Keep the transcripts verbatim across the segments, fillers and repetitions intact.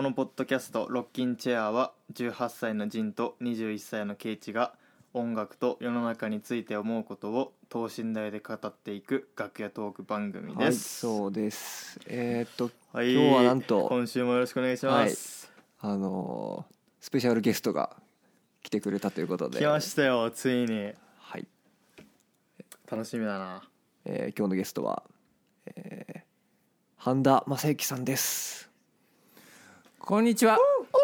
のポッドキャストロッキンチェアはじゅうはっさいのジンとにじゅういっさいのケイチが音楽と世の中について思うことを等身大で語っていく楽屋トーク番組です。 はい、そうです。えー、っと、 はい、 今日はなんと今週もよろしくお願いします。 はい、あのー、スペシャルゲストが来てくれたということで。 来ましたよ、ついに。 はい。 楽しみだな。 えー、今日のゲストは、えー、半田正幸さんです。 こんにちは。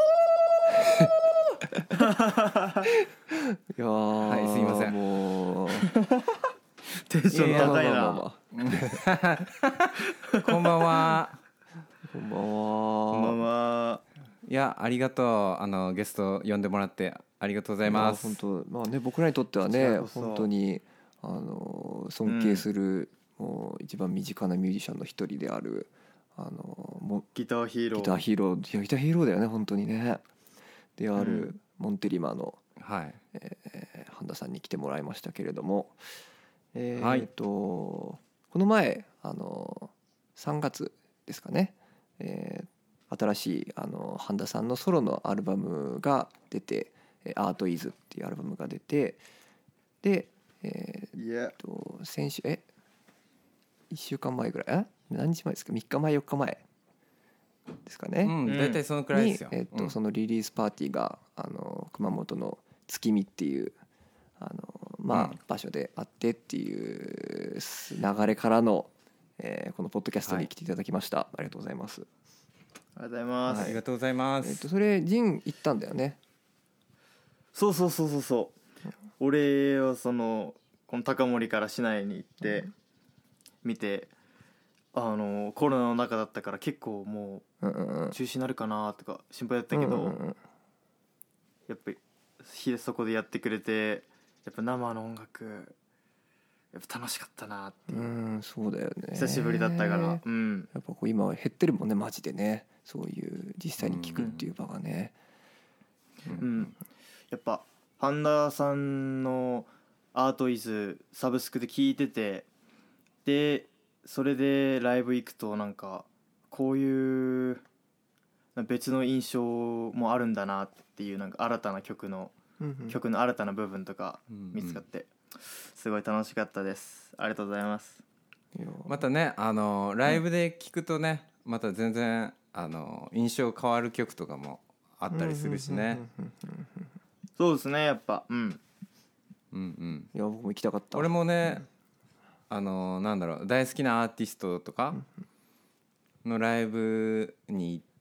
いやー、 はい、すいません。 もうテンション高いな。 まあまあまあまあこんばんは。 こんばんは。 こんばんは。 いや、ありがとう。あのゲスト呼んでもらってありがとうございます。 本当、まあね、僕らにとってはね、本当にあの尊敬する、うん、もう一番身近なミュージシャンの一人である。あのもギターヒーローギターヒーローいやギターヒーローだよね本当にねである、うん、モンテリマの、 はいえー、半田さんに来てもらいましたけれども、えー、 はい、 えー、とこの前あのさんがつですかね、えー、新しいあの半田さんのソロのアルバムが出て「アートイズっていうアルバムが出てで、えー、と先週えいっしゅうかんまえぐらいえ何日前ですかみっかまえよっかまえですかね、 うん、だいたいそのくらいですよ。 に、えっと、そのリリースパーティーがあの熊本の月見っていうあの、まあ、うん、場所であってっていう流れからの、えー、このポッドキャストに来ていただきました、はい、ありがとうございます。 ありがとうございます、 はい、ありがとうございます。 えっと、それジン行ったんだよね。 そうそうそうそうそう、うん、俺はそのこの高森から市内に行って見て、あのコロナの中だったから結構もう中止になるかなとか心配だったけど、うんうんうん、やっぱりそこでやってくれてやっぱ生の音楽やっぱ楽しかったなっていう、 うん、そうだよね、 久しぶりだったから、うん、 やっぱこう今減ってるもんねマジでね、そういう実際に聞くっていう場がね、 うんうんうん、やっぱ半田さんのアートイズサブスクで聞いてて、でそれでライブ行くとなんかこういう別の印象もあるんだなっていう、なんか新たな曲の、うんうん、曲の新たな部分とか見つかってすごい楽しかったです。ありがとうございます。 またね、あのライブで聴くとね、また全然あの印象変わる曲とかもあったりするしね。 そうですね、やっぱ、うん、 うんうん。 いや僕も行きたかった。 俺もね、あのなんだろう、大好きなアーティストとかのライブに行って、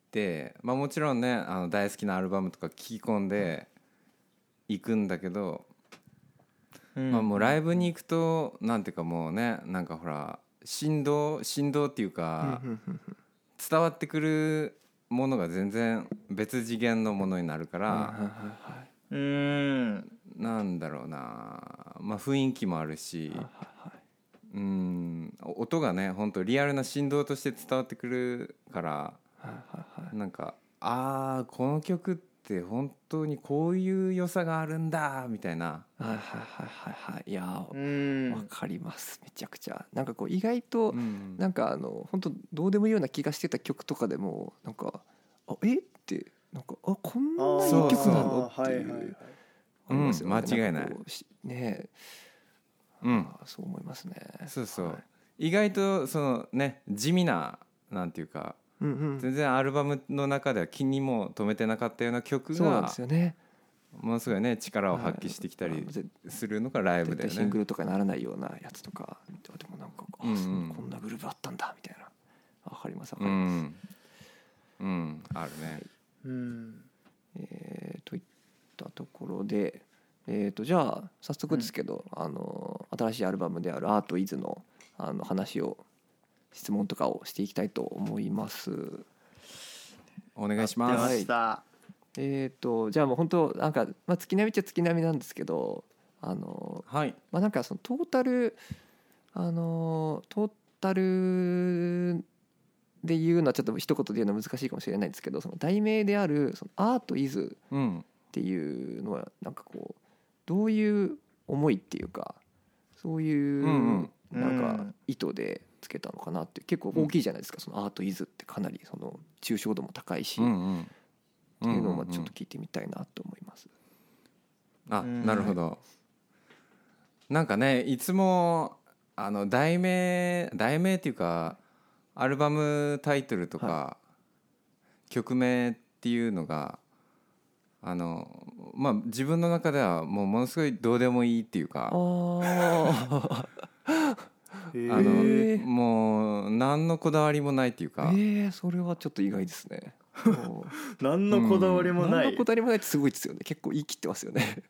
まあ、もちろんねあの大好きなアルバムとか聴き込んで行くんだけど、うん、まあ、もうライブに行くとなんていうかもうね、なんかほら振動振動っていうか伝わってくるものが全然別次元のものになるから、 うーん、 なんだろうな、まあ雰囲気もあるし、うん、音がね本当リアルな振動として伝わってくるから、なんかああこの曲って本当にこういう良さがあるんだみたいな。 はいはいはいはいはい、いやわかります。めちゃくちゃなんかこう意外となんかあの本当どうでもいいような気がしてた曲とかでもなんかあえってなんかあこんないい曲なのっていう、 うん、間違いないね。 うん、 そう思いますね。 そうそう、はい、意外とそのね地味ななんていうか、うんうん、全然アルバムの中では気にも留めてなかったような曲がそうなんですよね、 ものすごいね力を発揮してきたりするのがライブだよね。 シングルとかにならないようなやつとかでもなんか、うんうん、こんなグループあったんだみたいな、わかりますわかります、うんうん、あるね、 うん、 えー、といったところでえー、とじゃあ早速ですけど、うん、あの新しいアルバムである「アートイズのあの話を質問とかをしていきたいと思います。 お願いします。 はい、えー、とじゃあもう本当なんか、まあ、月並みっちゃ月並みなんですけど、あの、 はいまあ、なんかそのトータルあのトータルで言うのはちょっと一言で言うのは難しいかもしれないんですけど、その題名であるそのアートイズっていうのはなんかこうどういう思いっていうかそういうなんか意図でつけたのかなって。結構大きいじゃないですか、そのアートイズってかなりその抽象度も高いし、 うんうん、 っていうのをちょっと聞いてみたいなと思います。 あ、なるほど。なんかね、いつもあの題名題名っていうかアルバムタイトルとか、はい、曲名っていうのがあのまあ自分の中ではもうものすごいどうでもいいっていうか、あのもう何のこだわりもないっていうか、 えー、それはちょっと意外ですね。 何のこだわりもない、うん、 何のこだわりもないってすごいですよね。結構言い切ってますよね。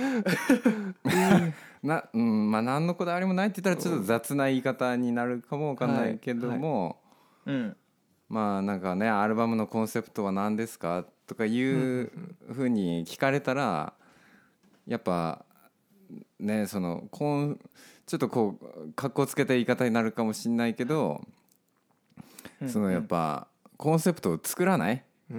な、うん、まあ何のこだわりもないって言ったらちょっと雑な言い方になるかもわかんないけども、はいはい、まあなんかね、アルバムのコンセプトは何ですかとかいうふうに聞かれたら、やっぱね、そのこんちょっとこう格好つけた言い方になるかもしれないけど、そのやっぱコンセプトを作らない、うん、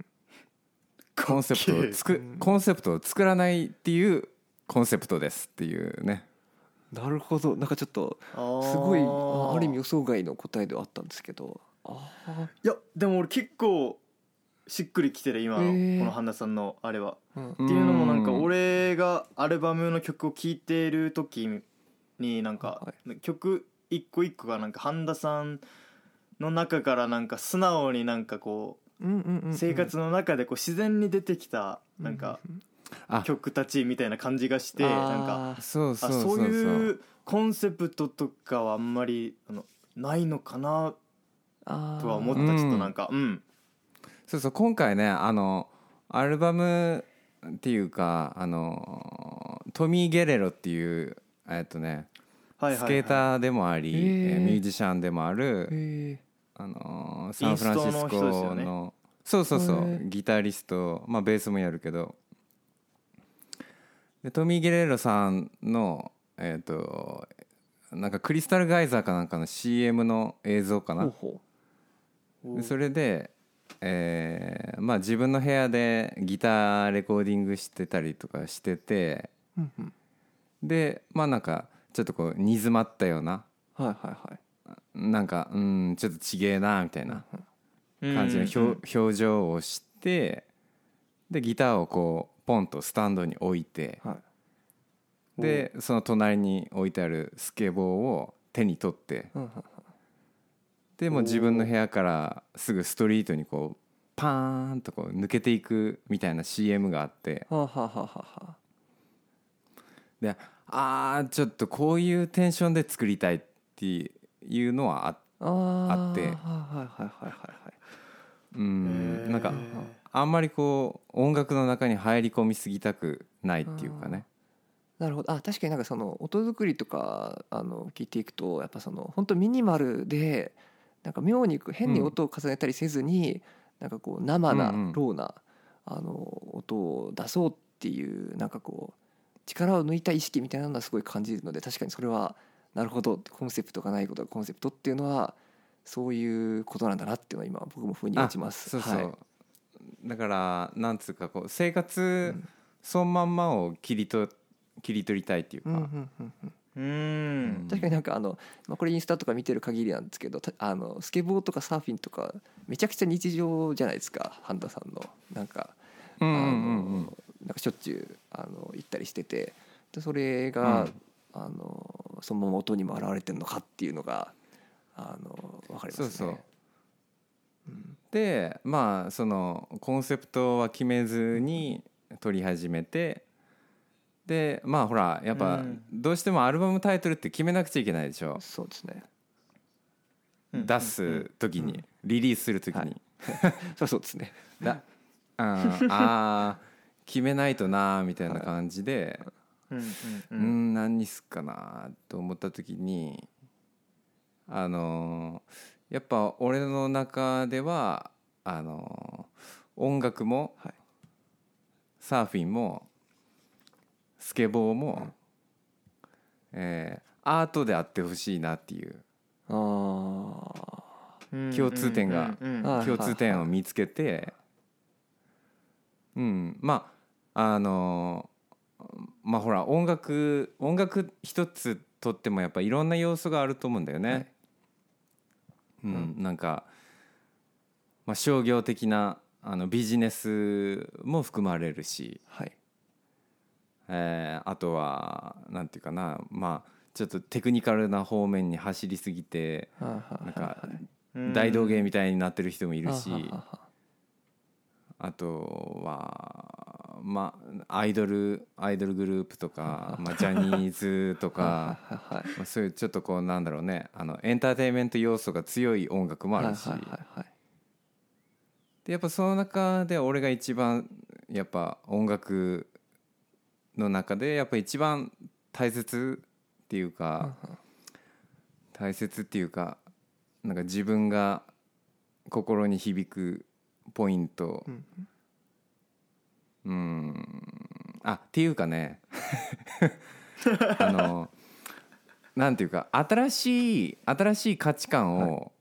コンセプトをつくコンセプトを作らないっていうコンセプトですっていうね。 なるほど。なんかちょっとすごい あ, ある意味予想外の答えではあったんですけど、あいやでも俺結構しっくりきてる今の、えー、この半田さんのあれは、うん、っていうのもなんか俺がアルバムの曲を聴いている時になんか曲一個一個がなんか半田さんの中からなんか素直になんかこう生活の中でこう自然に出てきたなんか曲たちみたいな感じがして、なんかそういうコンセプトとかはあんまりあのないのかなとは思った。ちょっとなんかうんそうそう、今回ね、あのアルバムっていうか、あのトミー・ゲレロっていうえっとね、はいはいはい、スケーターでもあり、えー、ミュージシャンでもある、あのサンフランシスコ の, の、ね、そうそうそうギタリスト、まあ、ベースもやるけど、でトミー・ゲレロさんのえっ、ー、となんかクリスタルガイザーかなんかの シーエム の映像かな。ほうほう。でそれでえーまあ、自分の部屋でギターレコーディングしてたりとかしてて、うんうん、でまあなんかちょっとこう煮詰まったような、はいはいはい、なんかうんちょっとちげえなみたいな感じの表、うんうん、表情をして、でギターをこうポンとスタンドに置いて、はい、でその隣に置いてあるスケボーを手に取って、うんうん、でも自分の部屋からすぐストリートにこうパーンとこう抜けていくみたいな シーエム があって、はあはあはあはあ、であーちょっとこういうテンションで作りたいっていうのは あ, あってうんなんかあんまりこう音楽の中に入り込みすぎたくないっていうかね。 なるほど。あ、確かになんかその音作りとかあの聞いていくとやっぱその本当ミニマルでなんか妙に変に音を重ねたりせずに、うん、なんかこう生な、うんうん、ローなあの音を出そうっていうなんかこう力を抜いた意識みたいなのはすごい感じるので、確かにそれはなるほど、コンセプトがないことがコンセプトっていうのはそういうことなんだなっていうのは今僕も風に落ちます。 そうそう、はい、だからなんつうかこう生活そのまんまを切りと切り取りたいっていうか、うんうんうんうんうん確かになんかあの、まあ、これインスタとか見てる限りなんですけど、あのスケボーとかサーフィンとかめちゃくちゃ日常じゃないですか、半田さんのなんか、うんうんうん、あのなんかしょっちゅうあの行ったりしてて、でそれが、うん、あのそのまま音にも表れてるのかっていうのがあの分かりますね。そうそう、 うん、でまあそのコンセプトは決めずに撮り始めて、でまあほらやっぱどうしてもアルバムタイトルって決めなくちゃいけないでしょ。 そうですね。 出す時に、うん、リリースする時に、はい、 そうそうですね。 だああ決めないとなみたいな感じで、はい、うんうんうん、うん何にすっかなと思った時に、あのー、やっぱ俺の中ではあのー、音楽も、はい、サーフィンもスケボーも、うんえー、アートであってほしいなっていうあ共通点が、うんうんうん、共通点を見つけて、うん、まああのまあほら音楽音楽一つとってもやっぱいろんな要素があると思うんだよね、はいうんなんか、まあ、商業的なあのビジネスも含まれるし、 はいえーあとはなんていうかな、まあちょっとテクニカルな方面に走りすぎてはあはあなんかうん大道芸みたいになってる人もいるし、 はあはあはああとはまあアイドルアイドルグループとか、まあ、ジャニーズとかはいはいはいまあそういうちょっとこうなんだろうね、あのエンターテインメント要素が強い音楽もあるし、 はいはいはいはいでやっぱその中で俺が一番やっぱ音楽の中でやっぱ一番大切っていうか大切っていうかなんか自分が心に響くポイント、 うんうーんあっていうかねあのなんていうか新しい新しい価値観を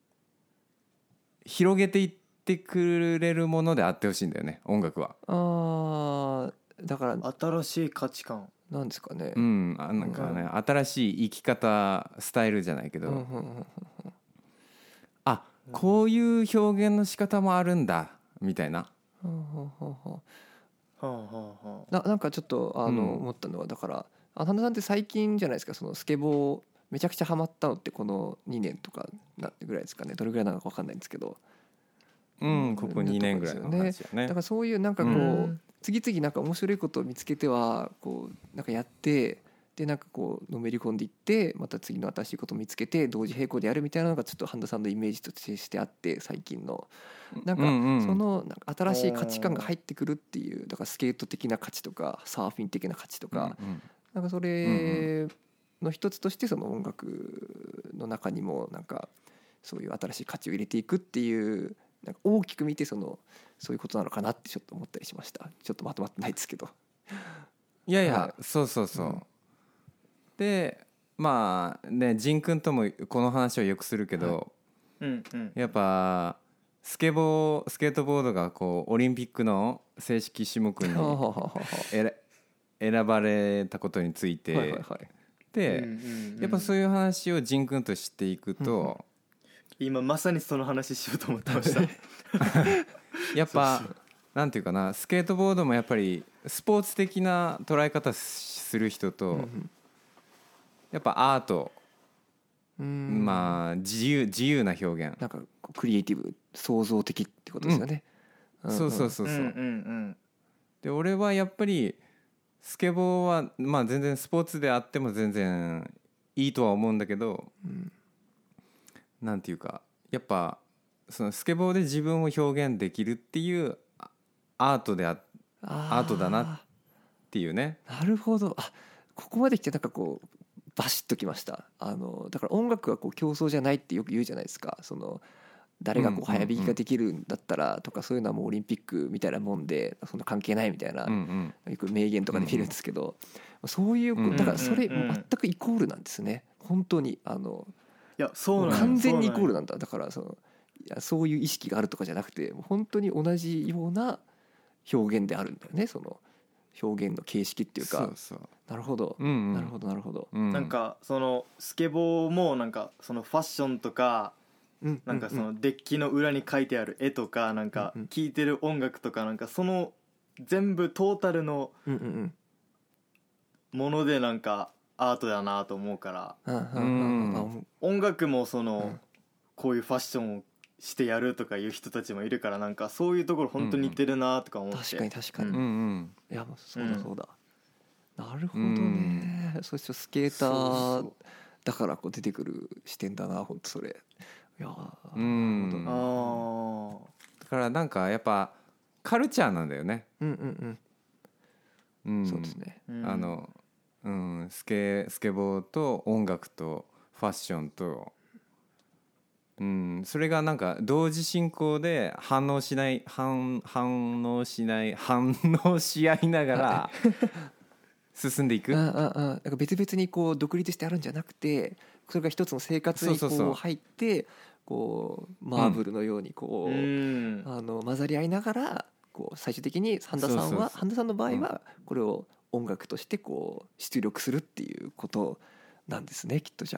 広げていってくれるものであってほしいんだよね、音楽は。 あーだから新しい価値観。 なんですかね、 うんあなんかね、新しい生き方スタイルじゃないけど、 うんうんうんあこういう表現の仕方もあるんだみたいな。 うんうんうんうんはあはあはあ。 ななんかちょっとあの、 うん思ったのはだからあ花さんって最近じゃないですか、そのスケボーめちゃくちゃハマったのってこのにねんとかなぐらいですかね、どれぐらいなのか分かんないんですけど、 うんここにねんぐらいの話やねだからそういうなんかこう、 うん次々なんか面白いことを見つけてはこうなんかやってでなんかこうのめり込んでいってまた次の新しいことを見つけて同時並行でやるみたいなのがちょっと半田さんのイメージとしてあって、最近のなんかうんうんそのなんか新しい価値観が入ってくるっていう、だからスケート的な価値とかサーフィン的な価値とか、 うんうんなんかそれの一つとしてその音楽の中にもなんかそういう新しい価値を入れていくっていうなんか大きく見てそのそういうことなのかなってちょっと思ったりしました。ちょっとまとまってないですけど。 いやいや、 はそうそうそう、 うんでまあね仁君ともこの話をよくするけど、 うんうん。 やっぱスケボースケートボードがこうオリンピックの正式種目にはあはあはあはあ選選ばれたことについて、 はいはいはい。 で、 うんうんうんやっぱそういう話を仁君と知っていくと、 今まさにその話しようと思ってました。 やっぱなんていうかな、スケートボードもやっぱりスポーツ的な捉え方する人と、 うんうんやっぱアート、 うんまあ自由自由な表現、 なんかこうクリエイティブ創造的ってことですよね。んんそうそうそうそう、 うんうんで俺はやっぱりスケボーはまあ全然スポーツであっても全然いいとは思うんだけど、 うんなんていうかやっぱそのスケボーで自分を表現できるっていうあアートでああアートだなっていうね。 なるほど。あここまで来てなんかこうバシッときました。あのだから音楽はこう競争じゃないってよく言うじゃないですか。その誰がこううんうんうん早弾きができるんだったらとかそういうのはもうオリンピックみたいなもんでそんな関係ないみたいな、 うんうんよく名言とかで見るんですけど、そういううんうんだからそれうんうんうん全くイコールなんですね。本当にあのいやそうなんや完全にイコールななんだ。だからそのいやそういう意識があるとかじゃなくてもう本当に同じような表現であるんだよね。その表現の形式っていうか。 そうそう、 なるほど、 うんうん、 なるほどなるほど、 うん、 なんかそのスケボーもなんかそのファッションとかうんなんかそうんのデッキの裏に書いてある絵とかなんかうんうん聴いてる音楽とかなんかその全部トータルのうんうんものでなんかアートだなと思うからうんうんうんうん音楽もそのうんこういうファッションをしてやるとかいう人たちもいるからなんかそういうところ本当に似てるなとか思って確かに確かに、 うんうんうんいやもうそうだそうだ、なるほどうね、そうしてスケータそうーそうだからこう出てくる視点だな本当それ。いやーうんなるほどあだからなんかやっぱカルチャーなんだよね、 うんうんうん、 うんそうですね。 ーうんあの、うん、スケスケボーと音楽とファッションと、うん、それがなんか同時進行で反応しない反反応しない反応し合いながら進んでいく。 うんうんうんなんか別々にこう独立してあるんじゃなくてそれが一つの生活にそうそうそうこう入ってこうマーブルのようにこう、 うんあの混ざり合いながらこう最終的に半田さんそうそうそうは半田さんの場合はこれを音楽としてこう出力するっていうことなんですねきっとじゃあ。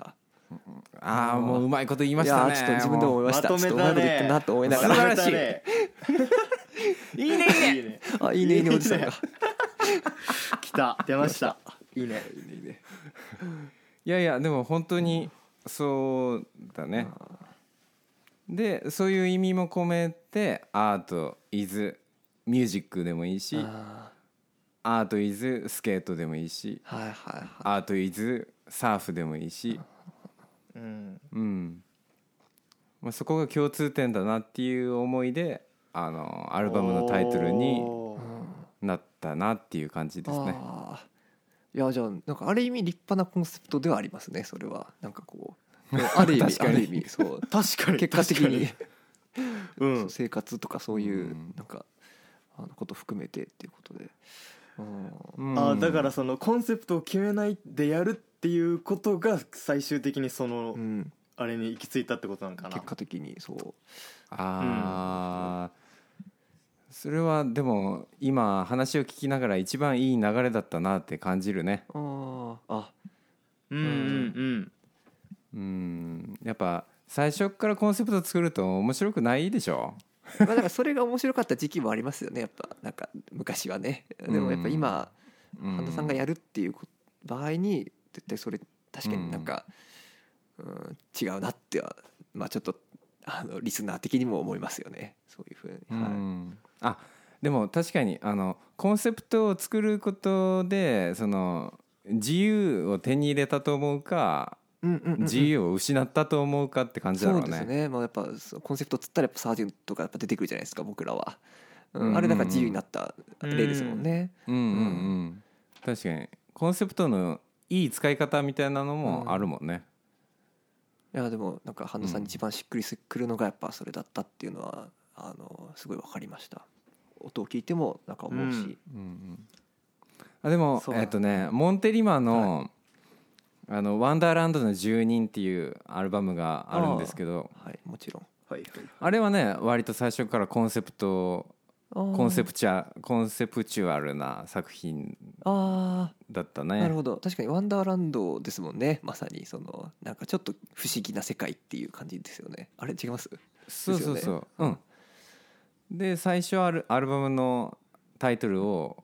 ああもううまいこと言いまいしたね。 やーちょっと自分でも思いました。 まとめたねちょっとうまいこと言ったなと思いながら。 素晴らしいまとめたねいいねいいね。 いいねあ、いいねいいねおじさんが。 来た出ましたいいねいいねいいね。 いやいやでも本当にそうだね。でそういう意味も込めてアート is ミュージックでもいいし、 あアート is スケートでもいいし、 ーはいはいはい。 アート is サーフでもいいし、 うんうんまあ、そこが共通点だなっていう思いであのアルバムのタイトルにおーなったなっていう感じですね。 あーいやじゃあなんかある意味立派なコンセプトではありますねそれは。なんかこうある意味確かにある意味そう確かに結果的に確かうんそう生活とかそういううんなんかあのこと含めてっていうことで。うんうんあーだからそのコンセプトを決めないでやるっていうことが最終的にそのうんあれに行き着いたってことなのかな。 結果的にそうあーそれはでも今話を聞きながら一番いい流れだったなって感じるね。 あーあうんうんうんやっぱ最初からコンセプト作ると面白くないでしょ。 まあだからそれが面白かった時期もありますよねやっぱなんか昔はね。でもやっぱ今うん半田さんがやるっていうこ場合に絶対それ確かになんか、うん、違うなってはまあちょっとあのリスナー的にも思いますよねそういうふうに、 うはいんあでも確かにあのコンセプトを作ることでその自由を手に入れたと思うかうんうんうんうん自由を失ったと思うかって感じだろうね。 そうですね、まあ、やっぱそうコンセプトつったらやっぱサージェントがやっぱ出てくるじゃないですか僕らは、うんうんうんうんあれなんか自由になった例ですもんね、 うんうんうん確かにコンセプトのいい使い方みたいなのもあるもんね。 いやでもなんか半田さんに一番しっくりくるのがやっぱそれだったっていうのはあのすごい分かりました。音を聞いてもなんか思うし、 うんうんあでもそうなんだえっとねモンテリマの「あのワンダーランドの住人」っていうアルバムがあるんですけどはいもちろんはいはいあれはね割と最初からコンセプトココンセプチャコンセプチュアルな作品あだったあなるね。 ほど確かにワンダーランドですもんねまさにそのなんかちょっと不思議な世界っていう感じですよね。あれ違いますそうそうそう、 ですよねうんで最初あるアルバムのタイトルを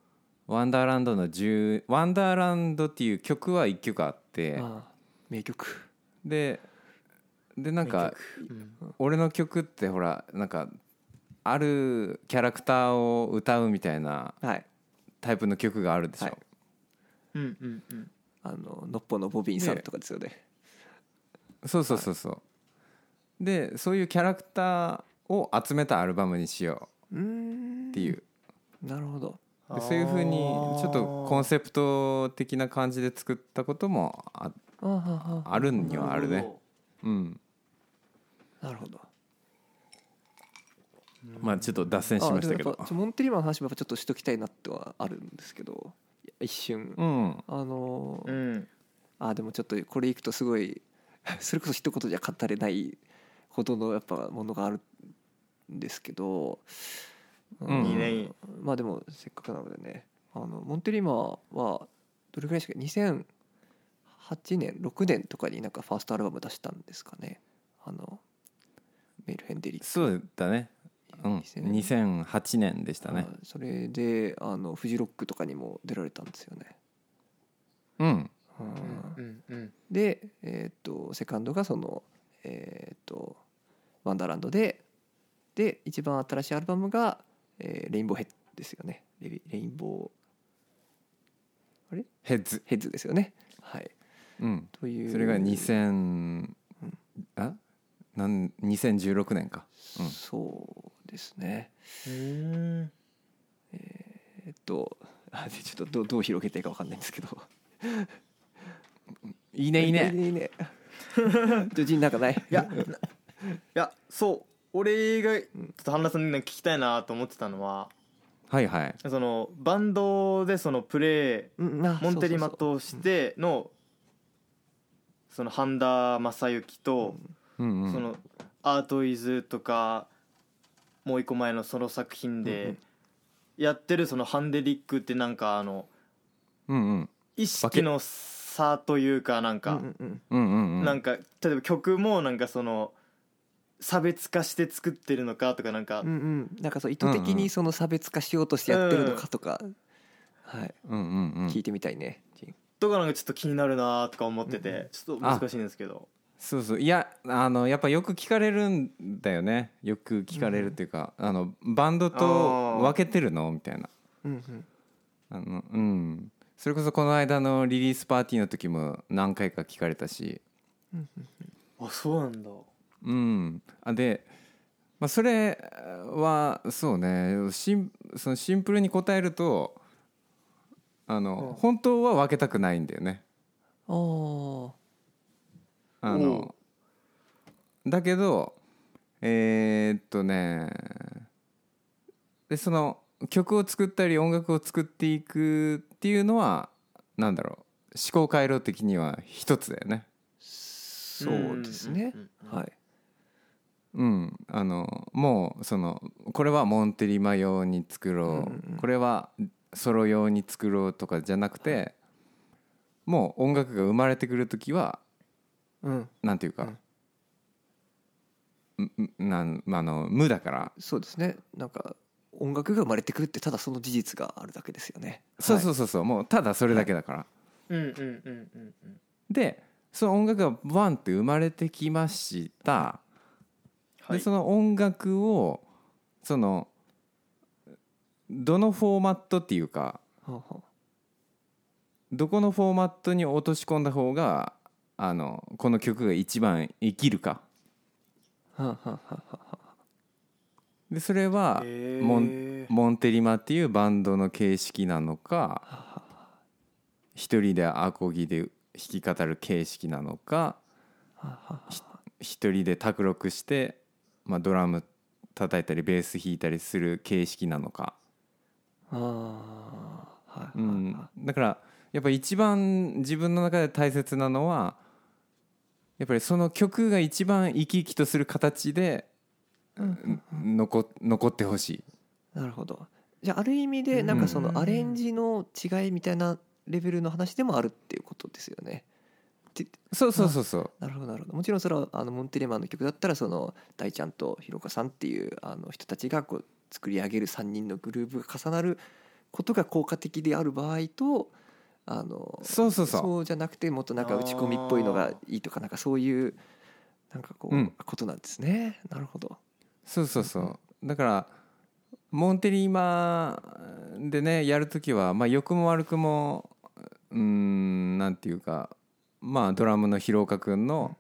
「ワンダーランドの10」ワンダーランドっていう曲はいっきょくあってああ名曲ででなんかうん俺の曲ってほらなんかあるキャラクターを歌うみたいなはいタイプの曲があるでしょ、 はいうんうんうんあののっぽのボビンさんとかですよね。 そうそうそうそうでそういうキャラクターを集めたアルバムにしようーんうっていうなるほど。 でそういう風にちょっとコンセプト的な感じで作ったこともあああああるにはあるね。うんなるほど。 まあちょっと脱線しましたけどあでもやっぱモンテリマの話もやっぱちょっとしときたいなってはあるんですけど一瞬、 うんあのーうんあでもちょっとこれいくとすごいそれこそ一言じゃ語れないほどのやっぱものがあるんですけど、 うんいいねいいまあでもせっかくなのでねあのモンテリマはどれぐらいですかにせんはちねんろくねんとかになんかファーストアルバム出したんですかねあのメルヘンデリックそうだねうんにせんはちねんでしたね。 あそれであのフジロックとかにも出られたんですよね。 うんうんうんうんで、えー、とセカンドがその、えー、とワンダーランドでで一番新しいアルバムが、えーレインボーヘッドですよねレイレインボーあれヘッズ、 ヘッズですよねはいうん、 というそれがにせんあなんにせんじゅうろくねんか。うんそうですねうんえっとあでちょっとどうどう広げていいか分かんないんですけどいいねいいいいね。 ねいいね女人なんかないいやないやそう俺がちょっと半田さんに聞きたいなと思ってたのははいはい。 そのバンドでそのプレうんあイモンテリマそうそうとしてのその半田正幸とうんうんそのアートイズとかもう一個前のソロ作品うんうでんやってるそのハンデリックってなんかあのうんうん意識の差差というかなんか、 うんうんうんうんうんうんなんか例えば曲もなんかその差別化して作ってるのかとかなんか、 うんうんなんかそう意図的にその差別化しようとしてやってるのかとか、はいうんうんうん聞いてみたいね。 とかなんかちょっと気になるなとか思ってて、 うんうんちょっと難しいんですけど。 そうそういやあのやっぱよく聞かれるんだよね。よく聞かれるっていうか、あのバンドと分けてるのみたいな。 うんうんあのうんそれこそこの間のリリースパーティーの時も何回か聞かれたし、 うんうんあ、そうなんだ。 うんあで、まあ、それはそうねシンそのシンプルに答えるとあの、 うん本当は分けたくないんだよね。 あーあのだけどえーっとねでその曲を作ったり音楽を作っていくっていうのはなんだろう思考回路的には一つだよね。 そうですね。 うんうんうんうんはい。 うんあのもうそのこれはモンテリマ用に作ろう、 うんうんこれはソロ用に作ろうとかじゃなくて、もう音楽が生まれてくる時はうんなんていうか、んなんあの無だから、 そうですね。なんか音楽が生まれてくるってただその事実があるだけですよね。 そうそうう。 そうそうもうただそれだけだから、 うんうんうんうんうんでその音楽がバンって生まれてきました、 はい。 でその音楽をそのどのフォーマットっていうかはあはあどこのフォーマットに落とし込んだ方があのこの曲が一番生きるかはあはあはあはあでそれはへーモンモンテリマっていうバンドの形式なのか一人でアコギで弾き語る形式なのかひ一人で卓録して、まあ、ドラム叩いたりベース弾いたりする形式なのか、 あーはいうん、だからやっぱり一番自分の中で大切なのはやっぱりその曲が一番生き生きとする形で残残ってほしい。 なるほど。じゃあある意味でなんかそのアレンジの違いみたいなレベルの話でもあるっていうことですよね。ってそうそうそうそうなるほどなるほど。もちろんそれはあのモンテレマンの曲だったらその大ちゃんとひろかさんっていうあの人たちがこう作り上げるさんにんのグルーヴが重なることが効果的である場合とあのそうそうそうそうじゃなくてもっとなんか打ち込みっぽいのがいいとかなんかそういうなんかこう、 うんことなんですね。なるほど。 そうそうそうだからモンテリーマでねやるときはまあ良くも悪くもうーんなんていうかまあドラムの広岡くんの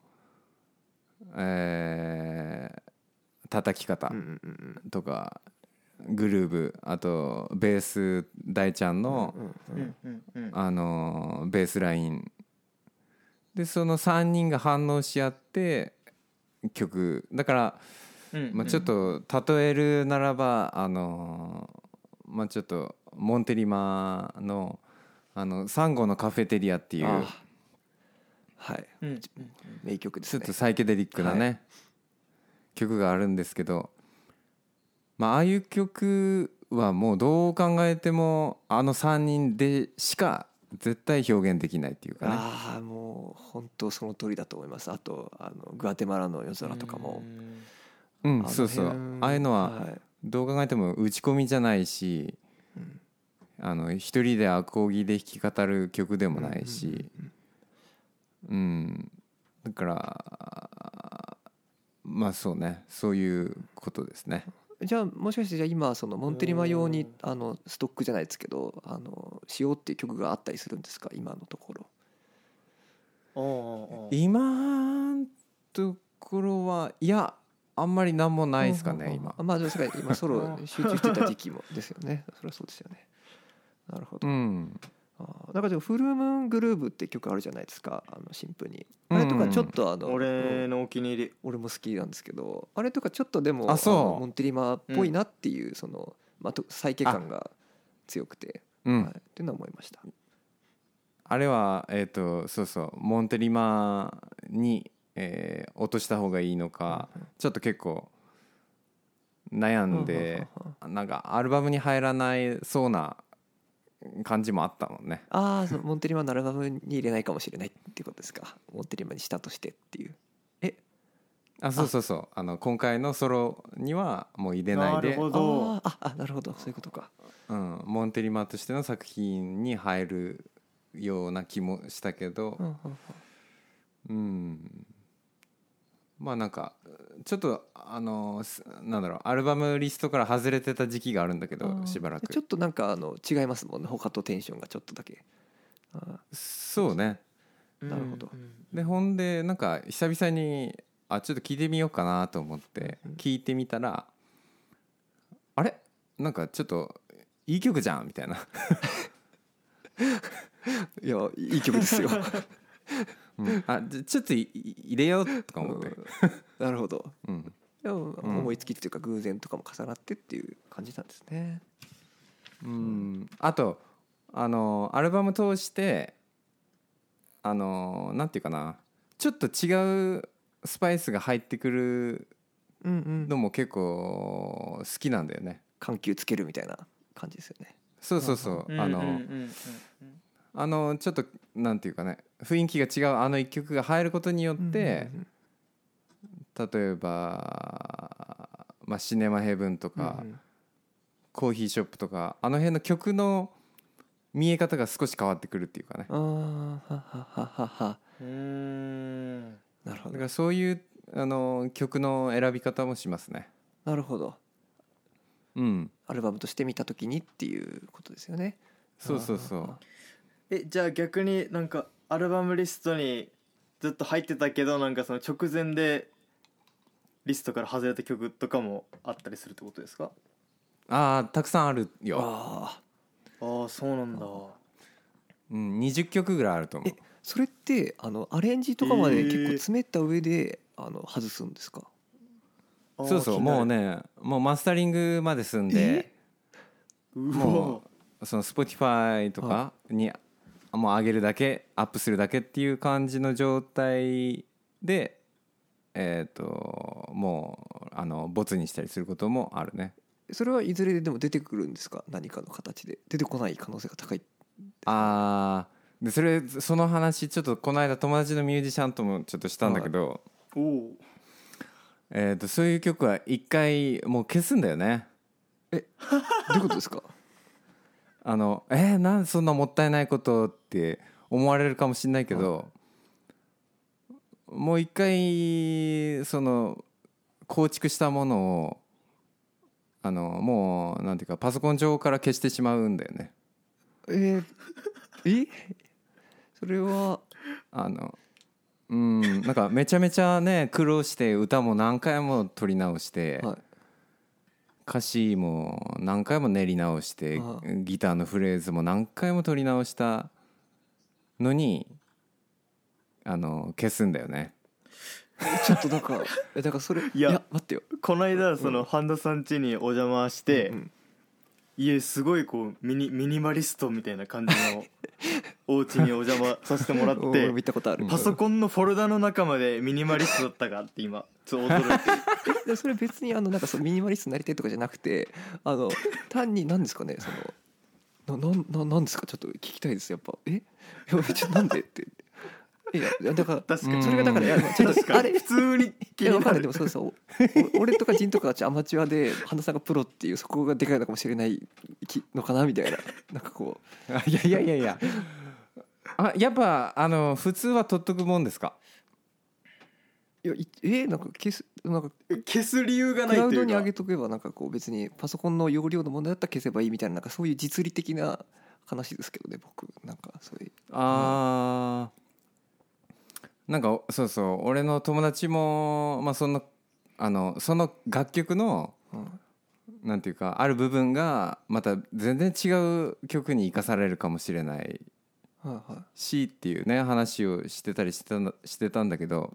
えー叩き方うんうんうんとかグルーブあとベース大ちゃんのうんうんうんうんうんあのベースラインでそのさんにんが反応し合って曲だからうんまあちょっと例えるならばあのまあちょっとモンテリマのあのサンゴのカフェテリアっていうあはいうんうん名曲ですね。 ちょっとサイケデリックなね、 は曲があるんですけど、まあああいう曲はもうどう考えてもあのさんにんでしか絶対表現できないっていうかね。 ああもう本当その通りだと思います。あとあのグアテマラの夜空とかもうんあのそうそう辺ああいうのははいどう考えても打ち込みじゃないし、あの一人でアコギで弾き語る曲でもないし、うんだからまあそうねそういうことですね。 じゃあもしかしてじゃあ今そのモンテリマ用にあのストックじゃないですけどあのしようっていう曲があったりするんですか今のところ。 おうおうおう今のところはいやあんまり何もないですかね今。 あまあ確かに今ソロ集中してた時期もですよね。それはそうですよね。なるほど。 うんあーだからフルムーングルーブって曲あるじゃないですかあのシンプルにあれとかちょっとあの、 俺のお気に入り。 俺も好きなんですけどあれとかちょっとでもあそうのモンテリマっぽいなっていうその、まあ、と再起感が強くて、 うんはい、っていうのは思いました。 あれはえっとそうそうモンテリマにえー落とした方がいいのかちょっと結構悩んでなんかアルバムに入らないそうな感じもあったもんね。 ああ、そのモンテリマンのアルバムに入れないかもしれないっていうことですか。モンテリマンにしたとしてっていう。えあ、そうそうそう、あの今回のソロにはもう入れないなで、 るほど。 あーああなるほど、そういうことか。 うん、モンテリマとしての作品に入るような気もしたけど、 うんうんうんうん、まあなんかちょっとあのすなんだろう、アルバムリストから外れてた時期があるんだけど、 あーしばらくちょっとなんかあの違いますもんね、他とテンションがちょっとだけ。あそうね。 なるほどうんでほんでなんか久々にあちょっと聞いてみようかなと思ってうんうん聞いてみたら、あれなんかちょっといい曲じゃんみたいなーいやいい曲ですよ。 うんあじゃちょっとい入れようとか思って、 うんなるほど。 うん、 いや思いつきっていうか偶然とかも重なってっていう感じなんですね。 うん、あとあのアルバム通してあのなんていうかな、ちょっと違うスパイスが入ってくるうんうんのも結構好きなんだよね。 緩急つけるみたいな感じですよね。 そうそうそう、 うんあの、 うんうんうんあのちょっとなんていうかね、雰囲気が違うあの一曲が入ることによって、 うんうんうん例えば、まあ、シネマヘブンとか、 うんうんコーヒーショップとかあの辺の曲の見え方が少し変わってくるっていうかね。 あーはははははうんうーんなるほどだからそういうあの曲の選び方もしますね。 なるほど。 うん、 アルバムとして見た時にっていうことですよね。 そうそうそう。 えじゃあ逆になんかアルバムリストにずっと入ってたけどなんかその直前でリストから外れた曲とかもあったりするってことですか？ ああたくさんあるよ。 ああああそうなんだ。 うん、にじゅっきょくぐらいあると思うえ。それってあのアレンジとかまで結構詰めた上で、あの外すんですか？ あーそうそう、 気になるもうねもうマスタリングまで済んで、 うわもうその Spotify とかにもう上げるだけアップするだけっていう感じの状態で、えっともうあのボツにしたりすることもあるね。 それはいずれでも出てくるんですか？何かの形で出てこない可能性が高い。 あーでそれその話ちょっとこの間友達のミュージシャンともちょっとしたんだけど、 おおえー、とそういう曲は一回もう消すんだよね。 どういうことですか？ あのえー、なんでそんなもったいないことって思われるかもしれないけど、もう一回その構築したものをあのもうなんていうかパソコン上から消してしまうんだよね。 えー、えそれはあのうんなんかめちゃめちゃね苦労して歌も何回も取り直して、 はい歌詞も何回も練り直してああギターのフレーズも何回も取り直したのにあの消すんだよね。 ちょっとなんかえだからそれいいやや待ってよ。 この間その半田さん家にお邪魔して、 うんうん家すごいこうミニミニマリストみたいな感じのお家にお邪魔させてもらっ俺も見てたことある。 パソコンのフォルダの中までミニマリストだったかって今ちょっと驚いてでそれ別にあのなんかそのミニマリストになりたいとかじゃなくて、あの単に何ですかね、そのななんななんですか、ちょっと聞きたいですやっぱ。えいやちょっとなんでっていやいやだから確かにそれがだからいやちょっ確かとあれに普通にいや分かる。で気になるもそうそうお俺とかジンとかがアマチュアで半田さんがプロっていうそこがでかいのかもしれないきのかなみたいな、なんかこうあいやいやいやいやあやっぱあの普通は取っとくもんですか？ いやいえなんか消すなんか消す理由がなクラウいというかドに上げとけばなんかこう別にパソコンの容量の問題だったら消せばいいみたいな、なんかそういう実利的な話ですけどね僕なんかそういうあーなんかそうそう俺の友達も、まあ、そのあのその楽曲のうんなんていうかある部分がまた全然違う曲に生かされるかもしれないはいはいしっていうね話をしてたりしてたんだしてたんだけど、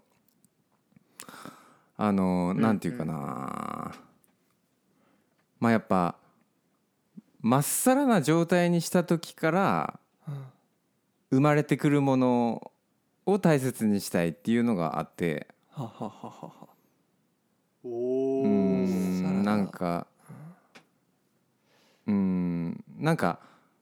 あのなんていうかな、まあやっぱまっさらな状態にした時からうん生まれてくるものを大切にしたいっていうのがあって、 はははははおうーんなんかうんなんか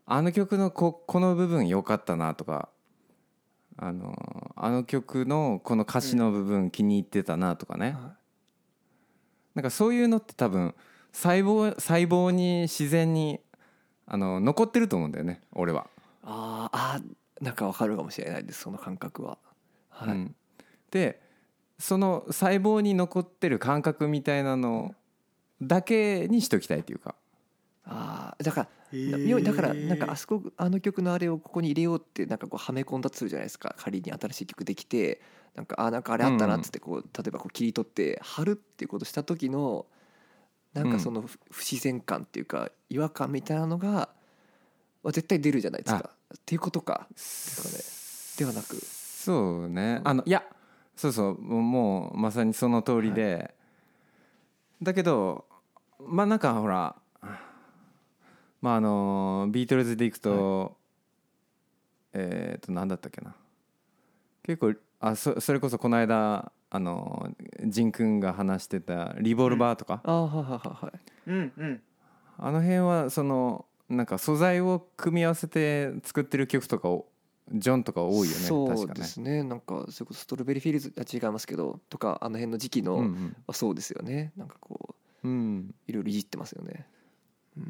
あの曲の こ, この部分良かったなとか、あのあの曲のこの歌詞の部分気に入ってたなとかね、 はい、 なんかそういうのって多分細胞細胞に自然にあの残ってると思うんだよね俺は。 ああなんかわかるかもしれないですその感覚は。はい、 うん、でその細胞に残ってる感覚みたいなのだけにしときたいというか。 ああだからへー妙にだからなんかあそこあの曲のあれをここに入れようってなんかこうはめ込んだとするじゃないですか。仮に新しい曲できてなんかあなんかあれあったなっつってこう例えばこう切り取って貼るっていうことした時のなんかその不不自然感っていうか違和感みたいなのがは絶対出るじゃないですかっていうことかですかね。ではなくそうね、あのいやそうそうもうまさにその通りで、はい、だけどまあなんかほらまああのビートルズでいくと、はい、えっと何だったっけな、結構あ そ, それこそこの間あのジンくんが話してたリボルバーとか、 うん、あはいはいはいはいうんうんあの辺はそのなんか素材を組み合わせて作ってる曲とかをジョンとか多いよね。 そうですね。なんかそれこそストロベリーフィールズあ違いますけどとかあの辺の時期の、うんうん、はそうですよね。なんかこう、うん、いろいろいじってますよね。 うん、うん、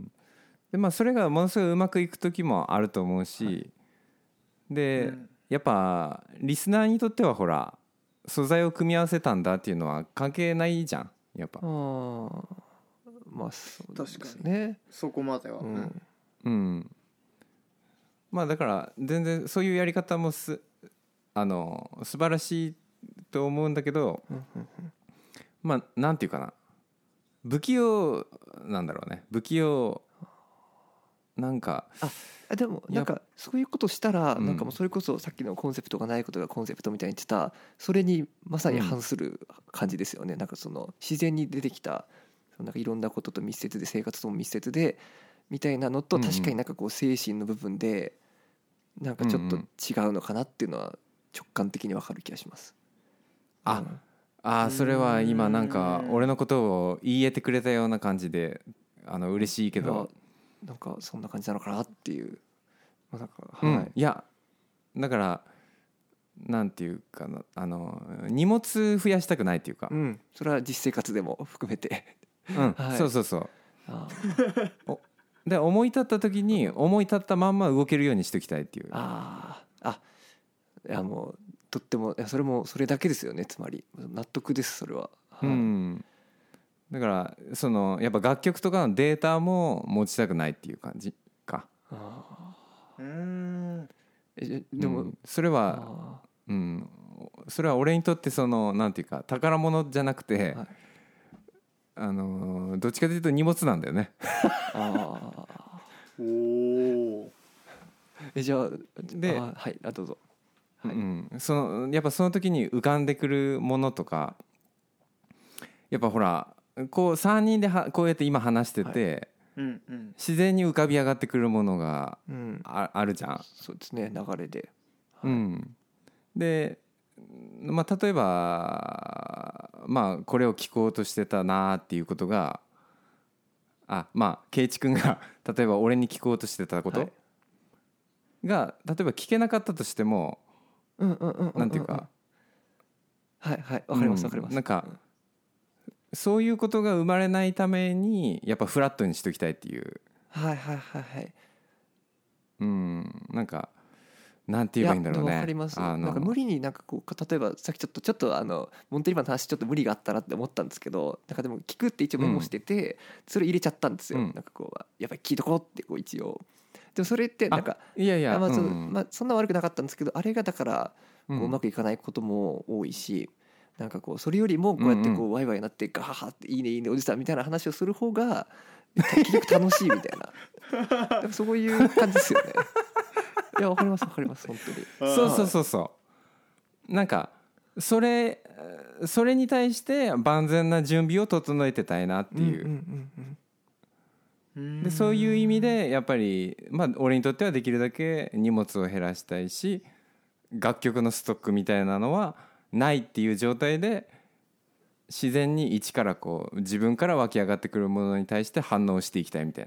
でまあそれがものすごいうまくいく時もあると思うし、はい、で、うん、やっぱリスナーにとってはほら素材を組み合わせたんだっていうのは関係ないじゃんやっぱ。 あまあそうですね。 そこまでは。うん、 うんまあだから全然そういうやり方もすあの素晴らしいと思うんだけど、まあなんていうかな、不器用なんだろうね。不器用なんかあでもなんかそういうことしたらなんかもうそれこそさっきのコンセプトがないことがコンセプトみたいに言ってたそれにまさに反する感じですよね。なんかその自然に出てきたなんかいろんなことと密接で生活とも密接でみたいなのと確かになんかこう精神の部分でなんかちょっと違うのかなっていうのは直感的に分かる気がします。 あ、うん、あそれは今なんか俺のことを言い得てくれたような感じであの嬉しいけどなんかそんな感じなのかなっていう、まあ、なんか、 はい、うん、いやだからなんていうかなあの荷物増やしたくないっていうか、 うん、それは実生活でも含めてうん、はい、そうそうそうあで思い立った時に思い立ったまんま動けるようにしときたいっていう。 ああいやもうとってもいやそれもそれだけですよね。つまり納得ですそれは、 はい、うんだからそのやっぱ楽曲とかのデータも持ちたくないっていう感じか。あうんえでも、 うん、それはうんそれは俺にとってそのなんていうか宝物じゃなくて、はい、あのどっちかというと荷物なんだよね。あおお。 えじゃあであはいあどうぞ。 はい、うん、そのやっぱその時に浮かんでくるものとかやっぱほらこうさんにんではこうやって今話してて、はいうんうん、自然に浮かび上がってくるものが あ,、うん、あるじゃん。 そうですね流れで、 はい、うん、で、まあ、例えばまあこれを聞こうとしてたなっていうことがあまあ圭一君が例えば俺に聞こうとしてたことが、例えば聞けなかったとしてもなんていうかはいはいわかりますわかります、うん、 なんか、うんそういうことが生まれないためにやっぱフラットにしときたいっていう。 はいはいはいはいうんなんかなんて言えばいいんだろうね。 わかります。なんか無理になんかこう例えばさっきちょっとちょっとあのモンテリバンの話ちょっと無理があったなって思ったんですけどなんかでも聞くって一応メモしてて、うん、それ入れちゃったんですよ、うん、なんかこうやっぱり聞いとこうってこう一応でもそれってなんかいやいやまあそ、うんまあ、そんな悪くなかったんですけどあれがだからこううまくいかないことも多いし、なんかこうそれよりもこうやってこうワイワイなってガハハっていいねいいねおじさんみたいな話をする方が結局楽しいみたいななんかそういう感じですよね。いやわかりますわかります本当に。 そうそうそうそうなんかそれそれに対して万全な準備を整えてたいなっていう、うんうんうん、でそういう意味でやっぱりまあ俺にとってはできるだけ荷物を減らしたいし楽曲のストックみたいなのはないっていう状態で自然に一からこう自分から湧き上がってくるものに対して反応していきたいみたいな。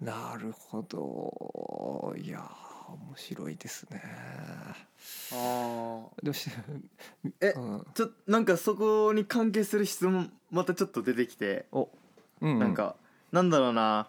なるほど。いやー面白いですね。 あでもしえうんちょなんかそこに関係する質問またちょっと出てきて、 おうんうんなんかなんだろうな、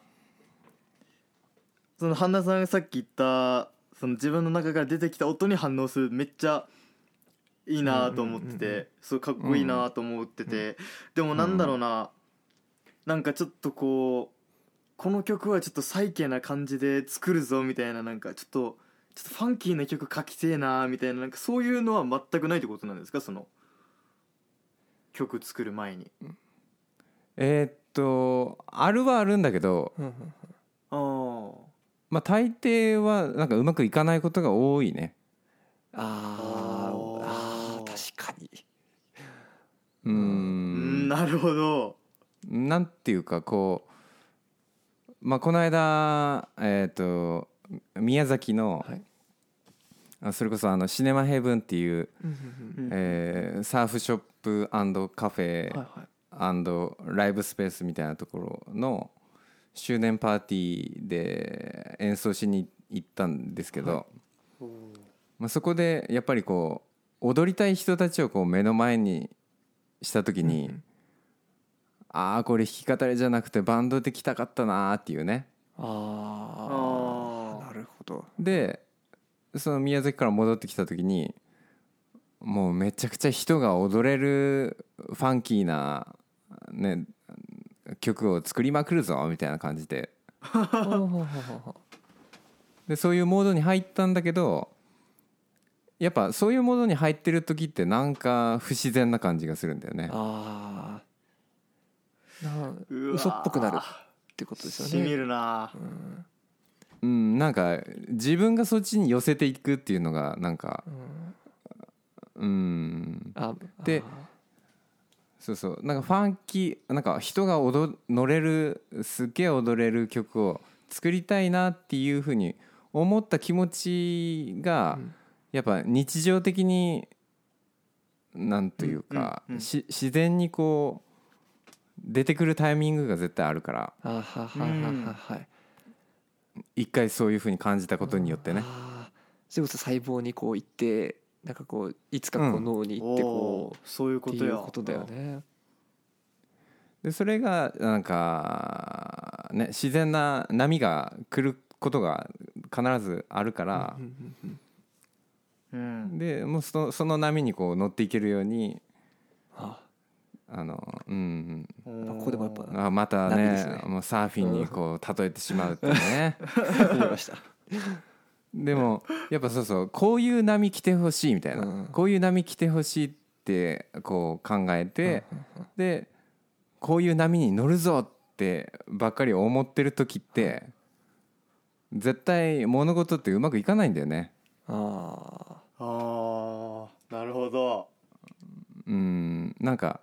その半田さんがさっき言ったその自分の中から出てきた音に反応する、めっちゃいいなと思ってうんうんうんうんて、そうかっこいいなと思ってて、でもなんだろうな、なんかちょっとこうこの曲はちょっとサイケな感じで作るぞみたいな、なんかちょっとちょっとファンキーな曲書きてえなみたいな、なんかそういうのは全くないってことなんですか、その曲作る前に。 えーっとあるはあるんだけど、 うんうんああまあ大抵はなんかうまくいかないことが多いね。 あーあー確かに。 うーうんんなるほど。 なんていうかこう、まあ、この間えーっと宮崎の、 はいあそれこそあのシネマヘブンっていう、 うんうんうんえーサーフショップ&カフェうんはいはいライブスペースみたいなところの周年パーティーで演奏しに行ったんですけど、 おーまあ、そこでやっぱりこう踊りたい人たちをこう目の前にした時に、 うんああこれ弾き語りじゃなくてバンドで来たかったなーっていうね。 ああーあなるほど。 でその宮崎から戻ってきた時にもうめちゃくちゃ人が踊れるファンキーな、ね、曲を作りまくるぞみたいな感じでほうほうほうほうほでそういうモードに入ったんだけど、やっぱそういうモードに入ってる時ってなんか不自然な感じがするんだよねう。ああなうわー嘘っぽくなるってことですよね。 しみるな。 うんうん、なんか自分がそっちに寄せていくっていうのがなんかうんうんあであそうそうなんかファンキーなんか人が踊乗れるすっげえ踊れる曲を作りたいなっていうふうに思った気持ちが、 うんやっぱ日常的になんというか、 うんうんうんし自然にこう出てくるタイミングが絶対あるからあはははははい一回そういうふうに感じたことによってね。 あーそれこそ細胞にこう行ってなんかこういつかこううん脳に行ってこおーそういううってことや。 いうことだよね。 でそれがなんかね自然な波が来ることが必ずあるからうんうんうんうんでもうそのその波にこう乗っていけるようにああのうんうんあここでもやっぱあまた波でねすねもうサーフィンにこう例えてしまうっていうね思いました。 でもやっぱそうそうこういう波来てほしいみたいな、 うんこういう波来てほしいってこう考えて、でこういう波に乗るぞってばっかり思ってる時って絶対物事ってうまくいかないんだよね。 ああーなるほど。 うんなんか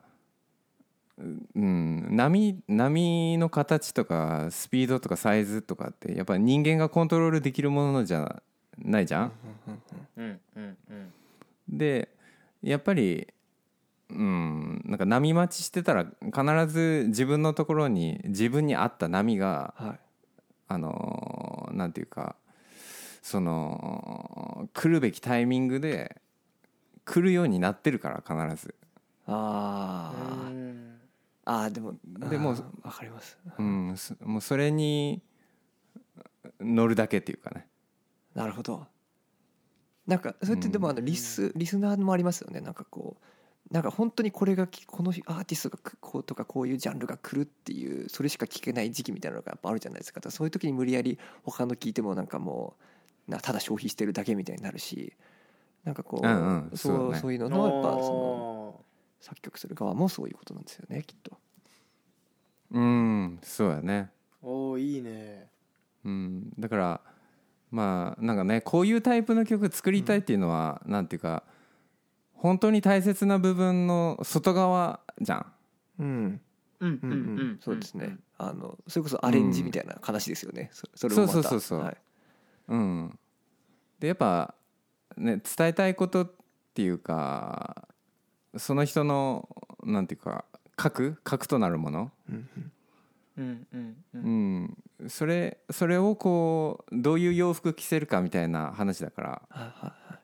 うん波波の形とかスピードとかサイズとかってやっぱり人間がコントロールできるものじゃないじゃん。 うんうんうんでやっぱりうんなんか波待ちしてたら必ず自分のところに自分に合った波があはいあのーなんていうかその来るべきタイミングで来るようになってるから必ず、 あーうんあーでもでもあーわかります。 うん、そもうそれに乗るだけっていうかね。 なるほど。なんかそれってでもあのリスリスナーもありますよね。なんかこうなんか本当にこれがきこのアーティストがくこうとかこういうジャンルが来るっていうそれしか聞けない時期みたいなのがやっぱあるじゃないですか。だからそういう時に無理やり他の聞いてもなんかもうなただ消費してるだけみたいになるし、なんかこう、 うんうんそうそうだねそういうののやっぱその作曲する側もそういうことなんですよねきっと。 うんそうやね。 おーいいね。 うんだからまあなんかねこういうタイプの曲作りたいっていうのは、なんていうか本当に大切な部分の外側じゃん。 うんうんうんうんそうですね。あのそれこそアレンジみたいな話ですよね。そそれもまたそうそうそうそうはいうん、でやっぱね伝えたいことっていうかその人のなんていうか核核となるものうんうんうんうんううんん、それそれをこうどういう洋服着せるかみたいな話だからはいはいはい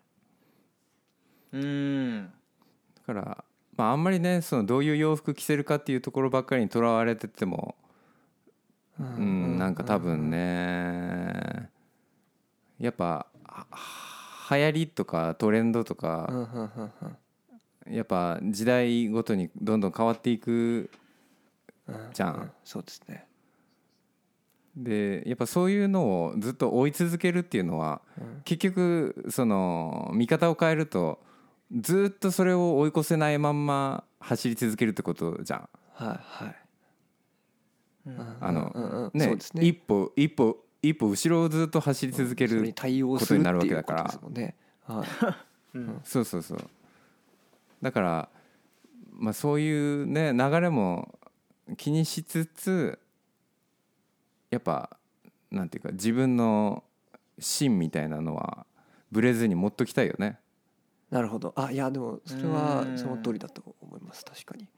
うんだからまああんまりねそのどういう洋服着せるかっていうところばっかりにとらわれててもううんなんか多分ねやっぱは流行りとかトレンドとうんかうんうんうんやっぱ時代ごとにどんどん変わっていくうんじゃんうんそうですねでやっぱそういうのをずっと追い続けるっていうのはうん結局その見方を変えるとずっとそれを追い越せないまんま走り続けるってことじゃん。 はいはいうんあのうんうんうんねそうですね一歩一歩一歩後ろをずっと走り続けそれるに対応するっていうことですもんねはいうんそうそうそうだからまあそういうね流れも気にしつつやっぱなんていうか自分の芯みたいなのはブレずに持っときたいよね。 なるほどあいやでもそれはうんその通りだと思います確かに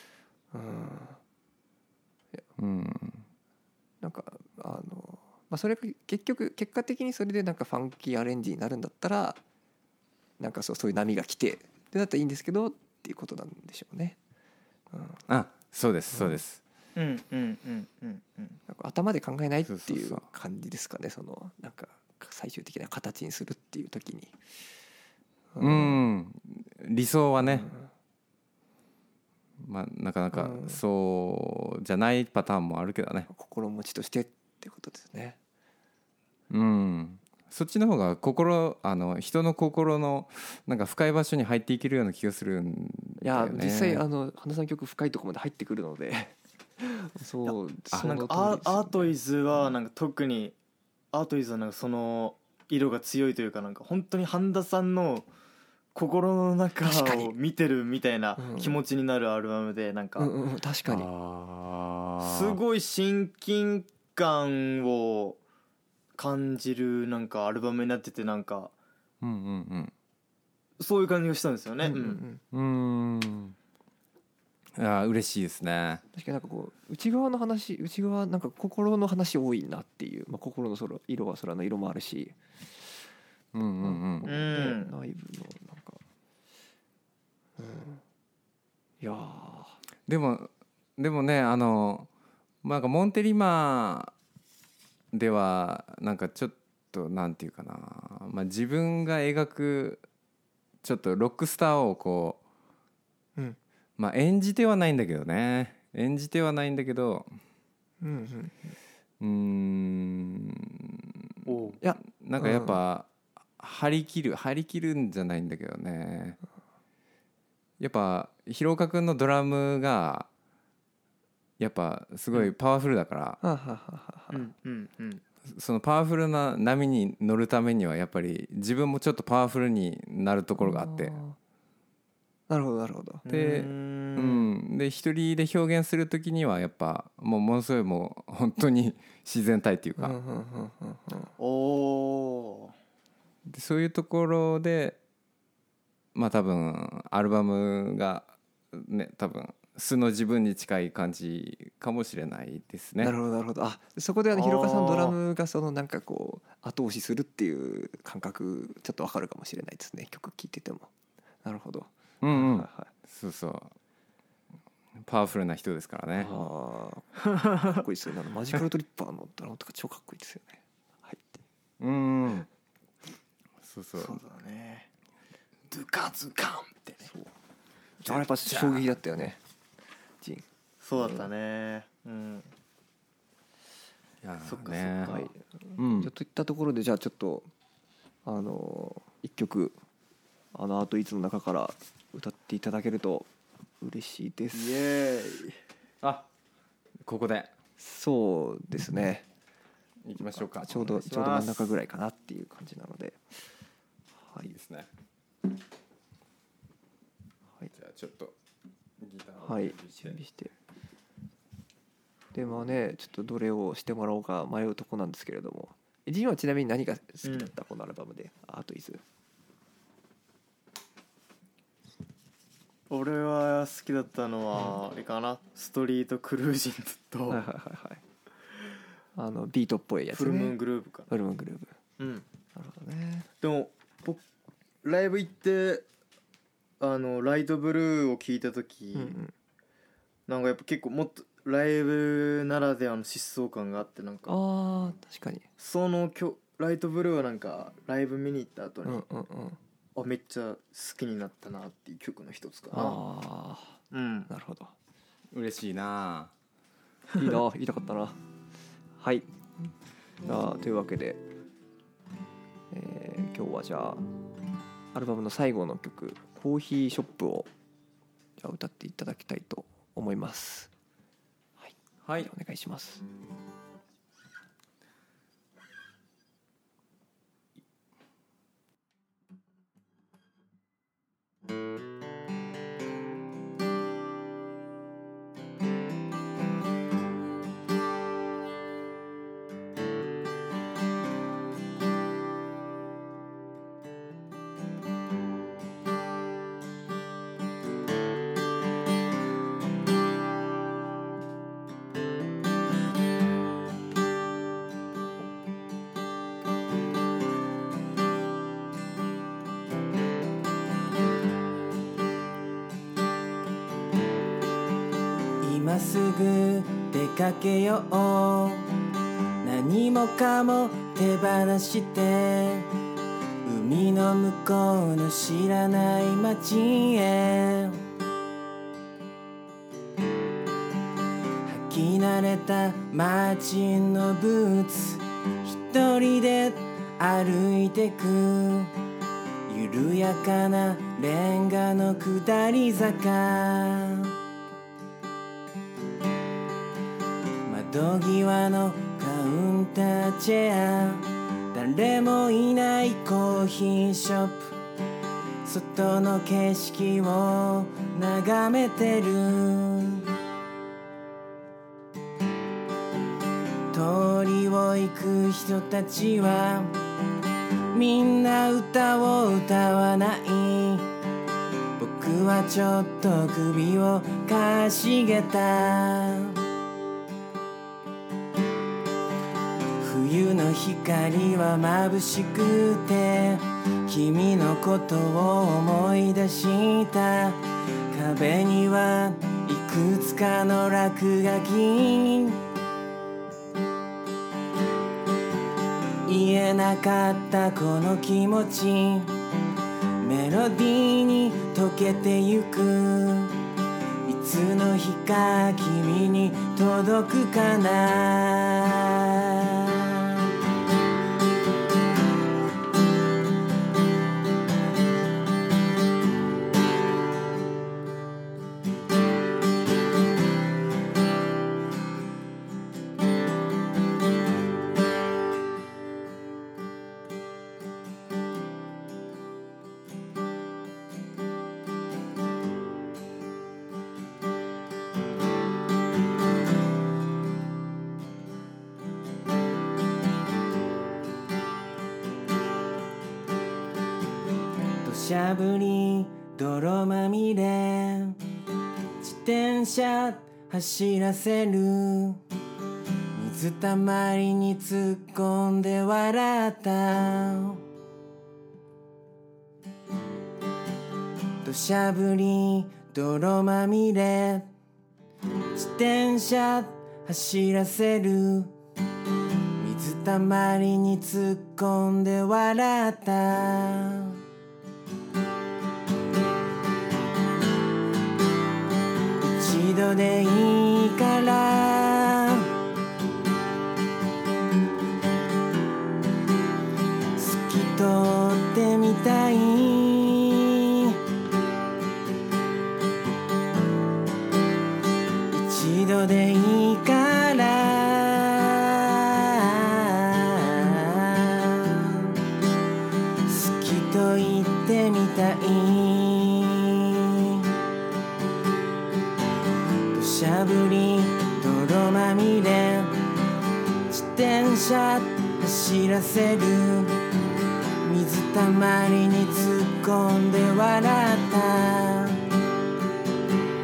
うんうんなんかあの、まあ、それが結局結果的にそれでなんかファンキーアレンジになるんだったらなんかそうそういう波が来てってなったらいいんですけどっていうことなんでしょうね。 あそうですそうです。 うんうんうんうんうんなんか頭で考えないっていうそうそうそう感じですかねそのなんか最終的な形にするっていう時に。 うん理想はね、 うんまあなかなかうんそうじゃないパターンもあるけどね。 心持ちとしてってことですね。 うんそっちの方が心あの人の心のなんか深い場所に入っていけるような気がするんいだよね。 や実際あの花さん曲深いところまで入ってくるのでそうそなんのかアーアートイズズはなんか特にアートイズはなんかその色が強いというかなんか本当に半田さんの心の中確かにを見てるみたいなうん気持ちになるアルバムでなんかうんうんうん確かにあーすごい親近感を感じるなんかアルバムになっててなんかうんうんそういう感じがしたんですよね。 うんううんんうんうーんいや嬉しいですね。 確かになんかこう内側の話内側なんか心の話多いなっていう、まあ、心の空色は空の色もあるし、 うんうんうんねうん内部のなんか、うん、いやーでもでもねあのなんかモンテリマーではなんかちょっとなんていうかな、まあ、自分が描くちょっとロックスターをこう、 うんまあ演じてはないんだけどね演じてはないんだけどうんうんうーんおういやなんかやっぱ張り切る張り切るんじゃないんだけどねやっぱ広岡君のドラムがやっぱすごいパワフルだから、 はあはあはあはあうんうんうんそのパワフルな波に乗るためにはやっぱり自分もちょっとパワフルになるところがあってーなるほどなるほどでうーうんんで一人で表現する時にはやっぱもうものすごいもう本当に自然体っていうか、 うんうんうんうんうんおおでそういうところでまあ多分アルバムがね多分素の自分に近い感じかもしれないですね。 なるほどなるほどあそこであのあー広岡さんのドラムがそのなんかこう後押しするっていう感覚ちょっとわかるかもしれないですね曲聴いててもなるほどうんうんはいはいそうそうパワフルな人ですからね。 あーかっこいいですよねあのマジカルトリッパーのドラムとか超かっこいいですよねはいうんうんそうそうそうだねドゥカズカンってねそうあれやっぱ衝撃だったよねジンそうだったねうんいやーそっかねそっかはいうんじゃあといったところでじゃあちょっとあの一曲あのアートイズの中から歌っていただけると嬉しいですイエーイあここでそうですね行きましょうか。 ちょうどちょうど真ん中ぐらいかなっていう感じなのではいいいですね。 はいじゃあちょっとギターをはい準備して準備してでまあねちょっとどれをしてもらおうか迷うとこなんですけれどもジンはちなみに何が好きだった、このアルバムでアートイズ俺はやが好きだったのはあれかな、ストリートクルージングとはいはいはいはいあのビートっぽいやつね。 フルムーングルーヴかな。 フルムーングルーヴ。 うん。 なるほどね。 でも僕ライブ行ってあのライトブルーを聞いた時、 うんうん、 なんかやっぱ結構もっとライブならではの疾走感があって、なんかあー確かに。 そのきょライトブルーはなんかライブ見に行った後に、 うんうんうん。 あめっちゃ好きになったなっていう曲の一つかな。 あうん。 あなるほど。 嬉しいな。 いいな言いたかったな。はい。あというわけで、えー、今日はじゃあアルバムの最後の曲「コーヒーショップ」をじゃあ歌っていただきたいと思います。はい、 はい、 お願いします。 今すぐ出かけよう、何もかも手放して海の向こうの知らない街へ、履き慣れた街のブーツ一人で歩いてく、緩やかなレンガの下り坂、窓際のカウンターチェア、誰もいないコーヒーショップ、外の景色を眺めてる、通りを行く人たちはみんな歌を歌わない、僕はちょっと首をかしげた、冬の光は眩しくて君のことを思い出した、壁にはいくつかの落書き、言えなかったこの気持ち、メロディーに溶けてゆく、いつの日か君に届くかな。土砂降り泥まみれ、自転車走らせる、水たまりに突っ込んで笑った、土砂降り泥まみれ、自転車走らせる、水たまりに突っ込んで笑った、一度でいいから透き通ってみたい、一度でいいから好きと言ってみたい、土砂降り泥まみれ、自転車走らせる、水たまりに突っ込んで笑った、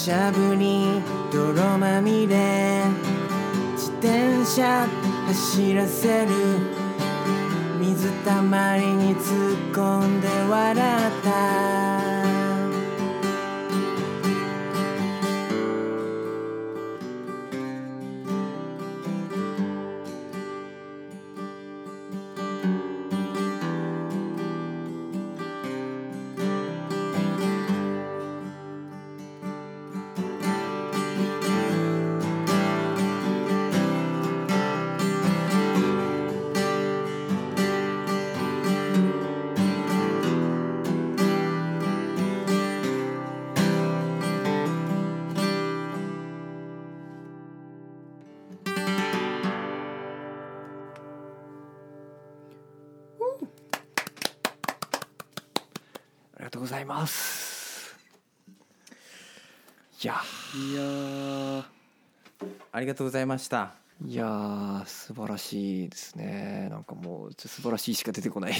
しゃぶり泥まみれ自転車走らせる水たまりに突っ込んで笑ったありがとうございます。いやいやーありがとうございました。 いやー素晴らしいですね。なんかもう素晴らしいしか出てこない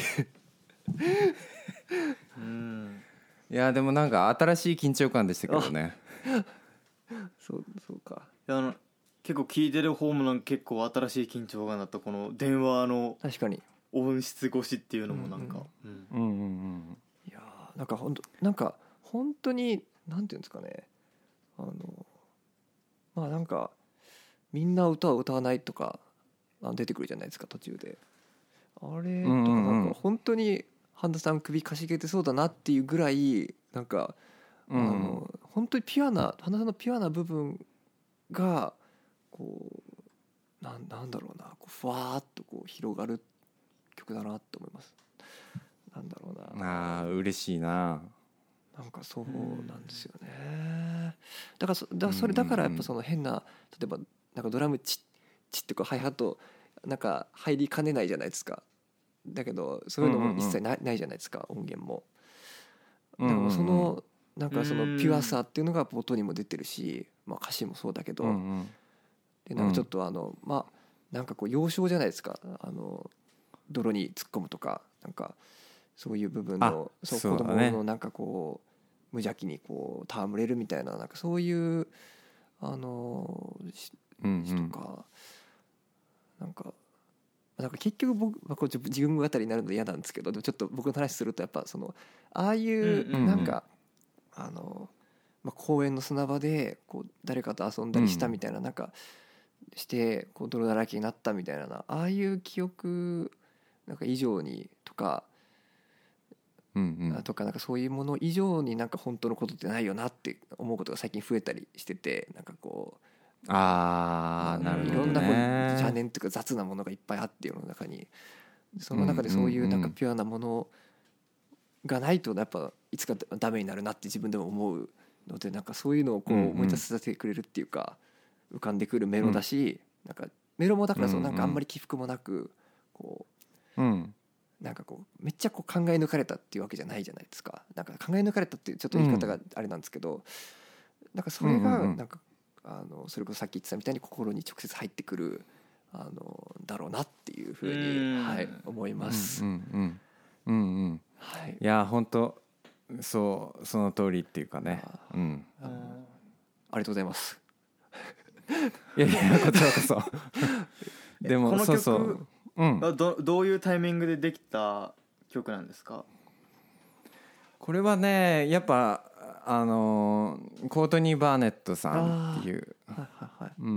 うんいやでもなんか新しい緊張感でしたけどねそうそうか。 いやあの結構聞いてる方もなんか結構新しい緊張感だった。この電話の確かに。 音質越しっていうのもなんか、うんうんうんうんいやーなんか本当なんか本当になんていうんですかね。あのまあなんかみんな歌を歌わないとかあ出てくるじゃないですか途中で。あれとかなんか本当に半田さん首かしげてそうだなっていうぐらいなんか、 うんうんあの本当にピュアな半田さんのピュアな部分がこうなんなんだろうなこうふわーっとこう広がる曲だなって思います。なんだろうな。 あー嬉しいな。 なんかそうなんですよね。だからそだからそれだからやっぱその変な例えばなんかドラムチッチッってこうハイハットなんか入りかねないじゃないですか。だけどそういうのも一切ない、ないじゃないですか音源も。だからもうそのなんかそのピュアさっていうのが音にも出てるし、まあ歌詞もそうだけど、でなんかちょっとあのまあなんかこう幼少じゃないですか。あの泥に突っ込むとかなんかそういう部分のそう子供のなんかこう無邪気にこう戯れるみたいななんかそういうあの詩とかなんかなんか結局僕、まあ、これ自分語りになるので嫌なんですけどでもちょっと僕の話するとやっぱそのああいうなんかあのまあ公園の砂場でこう誰かと遊んだりしたみたいななんかしてこう泥だらけになったみたいなああいう記憶なんか以上にとかうんうん、 とかなんかそういうもの以上になんか本当のことってないよなって思うことが最近増えたりしててなんかこうあーなるほどね。 いろんなこう邪念というか雑なものがいっぱいあって世の中にその中でそういうなんかピュアなものがないとやっぱいつかダメになるなって自分でも思うのでなんかそういうのをこう思い出させてくれるっていうか浮かんでくるメロだしなんかメロもだからそうなんかあんまり起伏もなくこう、うんなんかこうめっちゃこう考え抜かれたっていうわけじゃないじゃないですか。なんか考え抜かれたっていうちょっと言い方があれなんですけど、なんかそれがなんかあのそれこそさっき言ってたみたいに心に直接入ってくるあのだろうなっていうふうにはい思います。 うんうんうんうんうん。はい。いや本当そうその通りっていうかね。うん。 ありがとうございます。 いやいやこちらこそ。でもそうそう。うん、 ど, どういうタイミングでできた曲なんですか？ これはねやっぱあのコートニー・バーネットさんっていう、はいはいうん、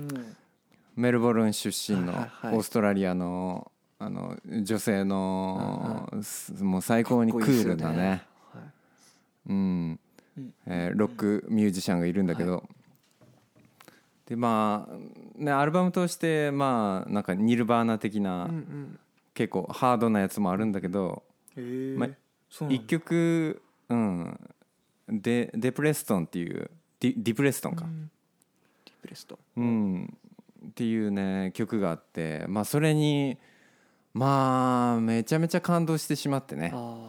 メルボルン出身のオーストラリアの、あの女性のもう最高にクールなねうんえー、ロックミュージシャンがいるんだけど、はいでまあね、アルバムとしてまあなんかニルバーナ的な、うんうん、結構ハードなやつもあるんだけど、まあ、一曲、うん、デ, デプレストンっていうデ ィ, ディプレストンか、うん、 ディプレストン、うん、っていうね曲があって、まあ、それにまあめちゃめちゃ感動してしまってね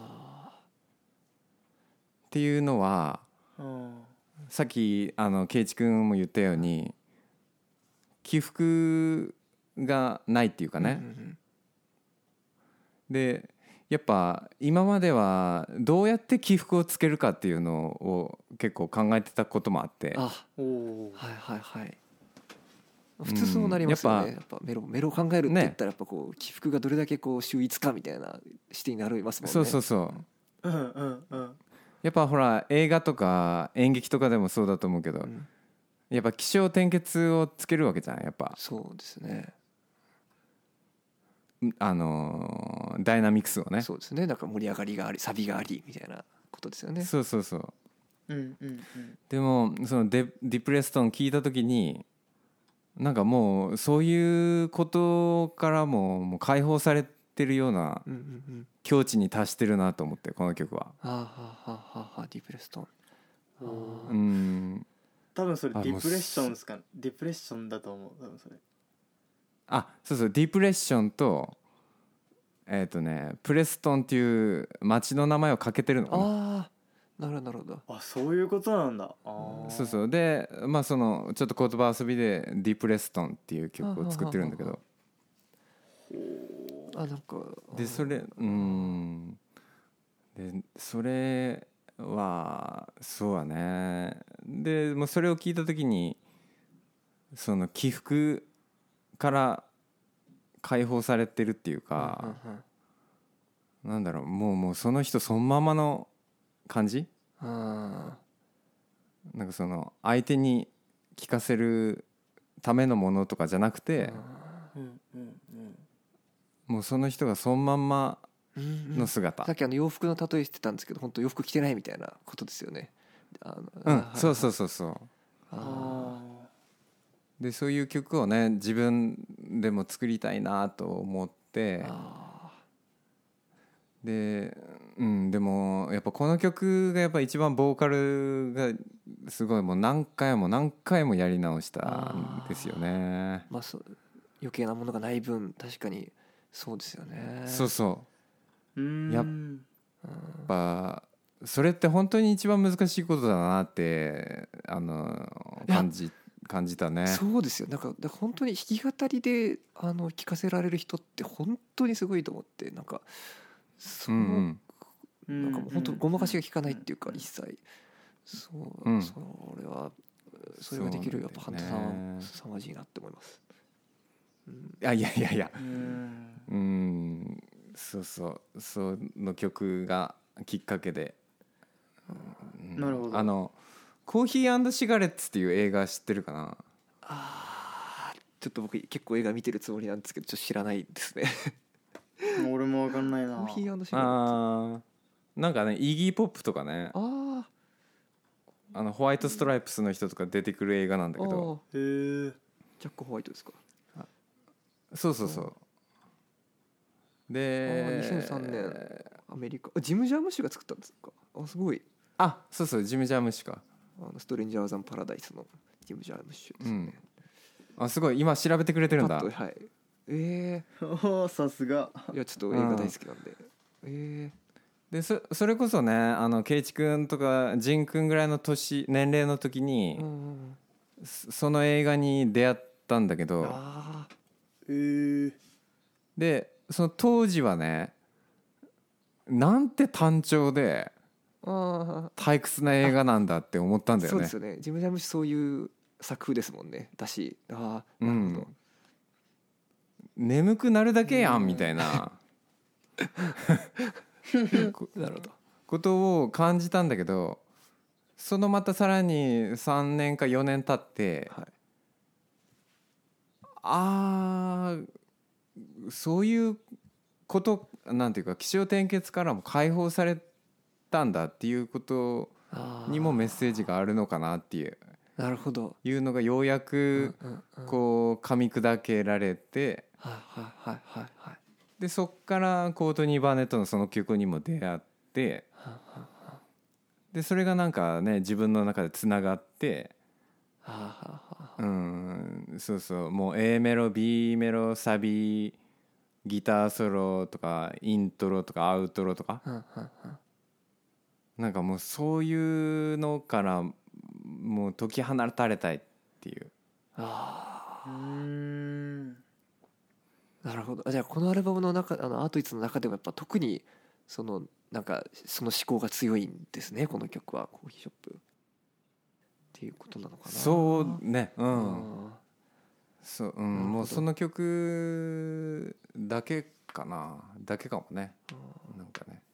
っていうのはさっきあの圭一君も言ったように起伏がないっていうかね、うんうんうん、でやっぱ今まではどうやって起伏をつけるかっていうのを結構考えてたこともあって、 あおおはいはいはい普通そうなりますよね、 うんやっぱメロメロを考えるって言ったらやっぱこう起伏がどれだけこう秀逸かみたいな視点になりますもんね。 そうそうそううんうんうんやっぱほら映画とか演劇とかでもそうだと思うけど、 うんやっぱ起承転結をつけるわけじゃんやっぱそうですねあのーダイナミクスをね。 そうですねなんか盛り上がりがありサビがありみたいなことですよね。 そうそうそううんうんでもそのデディプレストン聞いた時になんかもうそういうことからももう解放されてるようなうんうんうん境地に達してるなと思ってこの曲は。 はあはあはあはあはあディプレストンうんおうーん多分それデあィプレッションですかディプレッションだと思う多分それあそうそうディプレッションとえっとねプレストンっていう町の名前をかけてるのかな。 ああなるほどなるほどあそういうことなんだあーそうそうでまあそのちょっと言葉遊びでディプレストンっていう曲を作ってるんだけどあなんかでそれうんでそれはそうだねでもうそれを聞いた時にその起伏から解放されてるっていうか、 うんうんなんだろうもうもうその人そのままの感じあなんかその相手に聞かせるためのものとかじゃなくてうんうんうんもうその人がそのまんまーうんうんの姿さっきあの洋服の例えしてたんですけど本当洋服着てないみたいなことですよね。あのうんはいそうそうそうそうああでそういう曲をね自分でも作りたいなと思ってーあで、うん、でもやっぱこの曲がやっぱ一番ボーカルがすごいもう何回も何回もやり直したんですよね。 ーまあそう余計なものがない分確かにそうですよね。 そうそうーうーんやっやっぱそれって本当に一番難しいことだなってあのいや感じ感じたね。 そうですよなんかだから本当に弾き語りであの聴かせられる人って本当にすごいと思ってなんかその、 うんなんかもう本当ごまかしが効かないっていうか一切そう、 うんそれはそれができるやっぱハンタさんはね凄まじいなって思います。うんいやいやいやいやうーんうんそうそうその曲がきっかけで、うんなるほどあのコーヒー&シガレッツっていう映画知ってるかな。 あーちょっと僕結構映画見てるつもりなんですけどちょっと知らないですね。 俺もわかんないなコーヒー&シガレッツああーなんかねイギー・ポップとかねああのホワイトストライプスの人とか出てくる映画なんだけどあへえジャック・ホワイトですか。 そうそうそうあでーにせんさんねんアメリカあジム・ジャームッシュが作ったんですか。あすごいあそうそうジム・ジャームッシュかあのストレンジャーザン・パラダイスのジム・ジャームッシュですね。 あすごい今調べてくれてるんだパッとはいえおおさすがえいやちょっと映画大好きなんで、えでそそれこそねあのケイチ君とかジン君ぐらいの年年齢の時えにうんうんうんそその映画に出会ったんだけどあへえでその当時はねなんて単調でーあ退屈な映画なんだって思ったんだよねそうですよねジム・ジャームッシュそういう作風ですもんねだしああうなるほど、 ん眠くなるだけやんみたいなこなるほどことを感じたんだけどそのまたさらにさんねんかよねん経ってはいあーそういうことなんていうか起承転結からも解放されたんだっていうことあーにもメッセージがあるのかなっていうなるほどいうのがようやくうんうんうんこう噛み砕けられてはいはいはいはいはいでそっからコートニー・バーネットのその曲にも出会ってでそれがなんかね自分の中でつながってはあはあはあうんそうそうもう A メロ B メロサビギターソロとかイントロとかアウトロとかうんうんうんなんかもうそういうのからもう解き放たれたいっていうあうーんなるほど。あじゃあこのアルバムの中あのアートイズの中でもやっぱ特にそのなんかその思考が強いんですねこの曲はコーヒーショップっていうことなのかな。 そうねううんんそう、うなるほどん、もうその曲だけかなだけかもねなんかね